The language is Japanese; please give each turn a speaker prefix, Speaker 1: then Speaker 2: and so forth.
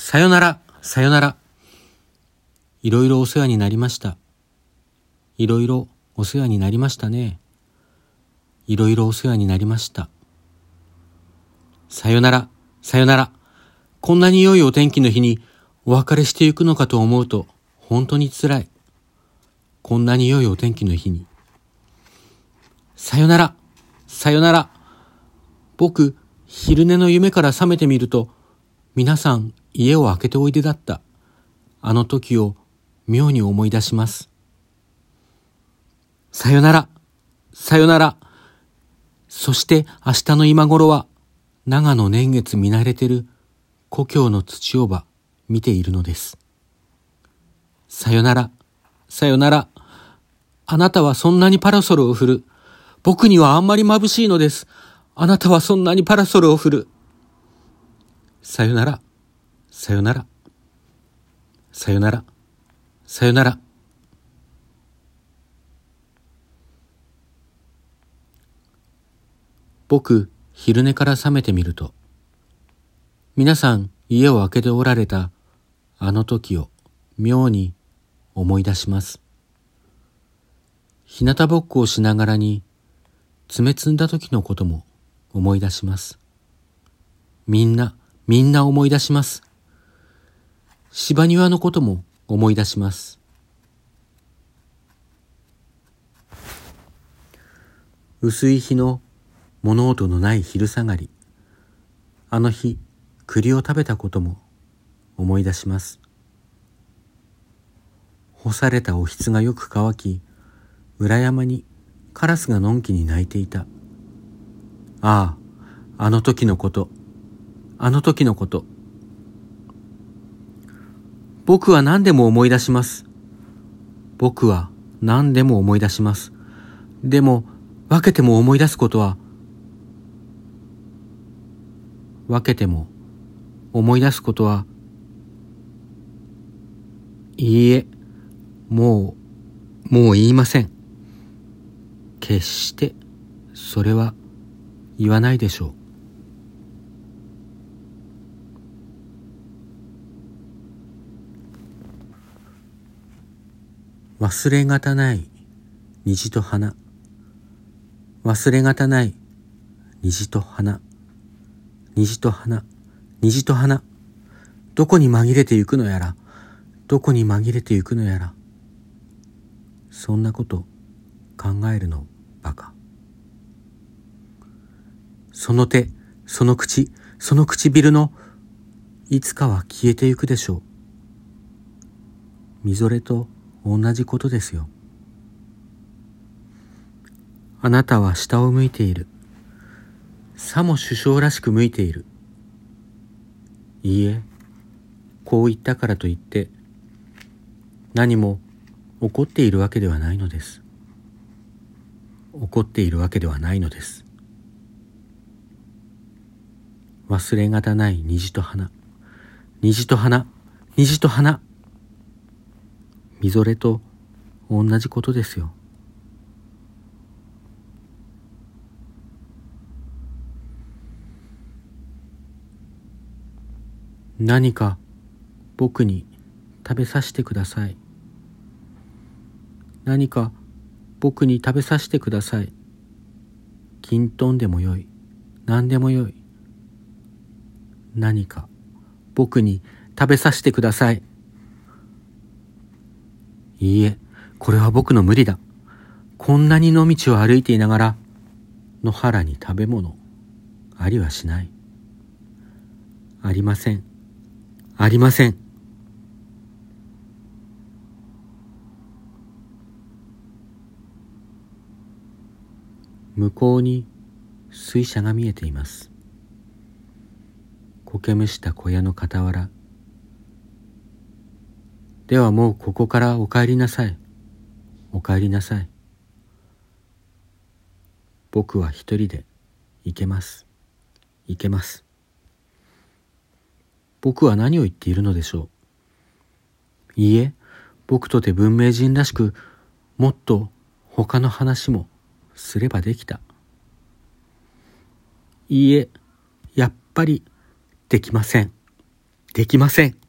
Speaker 1: さよなら、さよなら。いろいろお世話になりました。いろいろお世話になりましたね。いろいろお世話になりました。さよなら、さよなら。こんなに良いお天気の日にお別れしていくのかと思うと本当につらい。こんなに良いお天気の日に。さよなら、さよなら。僕、昼寝の夢から覚めてみると、皆さん家を開けておいでだった。あの時を妙に思い出します。さよなら、さよなら。そして明日の今頃は、長野年月見慣れてる故郷の土をば見ているのです。さよなら、さよなら。あなたはそんなにパラソルを振る。僕にはあんまり眩しいのです。あなたはそんなにパラソルを振る。さよなら、さよなら。さよなら、さよなら。僕、昼寝から覚めてみると、皆さん家を開けておられたあの時を妙に思い出します。日向ぼっこをしながらに爪摘んだ時のことも思い出します。みんな思い出します。芝庭のことも思い出します。薄い日の物音のない昼下がり、あの日栗を食べたことも思い出します。干されたおひつがよく乾き、裏山にカラスがのんきに鳴いていた。ああ、あの時のこと、あの時のこと。僕は何でも思い出します。僕は何でも思い出します。でも、分けても思い出すことは、分けても思い出すことは、いいえ、もう言いません。決してそれは言わないでしょう。忘れがたない虹と花。忘れがたない虹と花。虹と花。虹と花。どこに紛れてゆくのやら。どこに紛れてゆくのやら。そんなこと考えるのバカ。その手、その口、その唇のいつかは消えてゆくでしょう。みぞれと同じことですよ。あなたは下を向いている。さも首相らしく向いている。いいえ、こう言ったからといって何も怒っているわけではないのです。怒っているわけではないのです。忘れがたない虹と花。虹と花。虹と花。みぞれと同じことですよ。何か僕に食べさせてください。何か僕に食べさせてください。きんとんでもよい。何でもよい。何か僕に食べさせてください。いいえ、これは僕の無理だ。こんなに野道を歩いていながら野原に食べ物ありはしない。ありません。ありません。向こうに水車が見えています。苔むした小屋の傍ら。ではもうここからお帰りなさい。お帰りなさい。僕は一人で行けます。行けます。僕は何を言っているのでしょう。いいえ、僕とて文明人らしく、もっと他の話もすればできた。いいえ、やっぱりできません。 できません。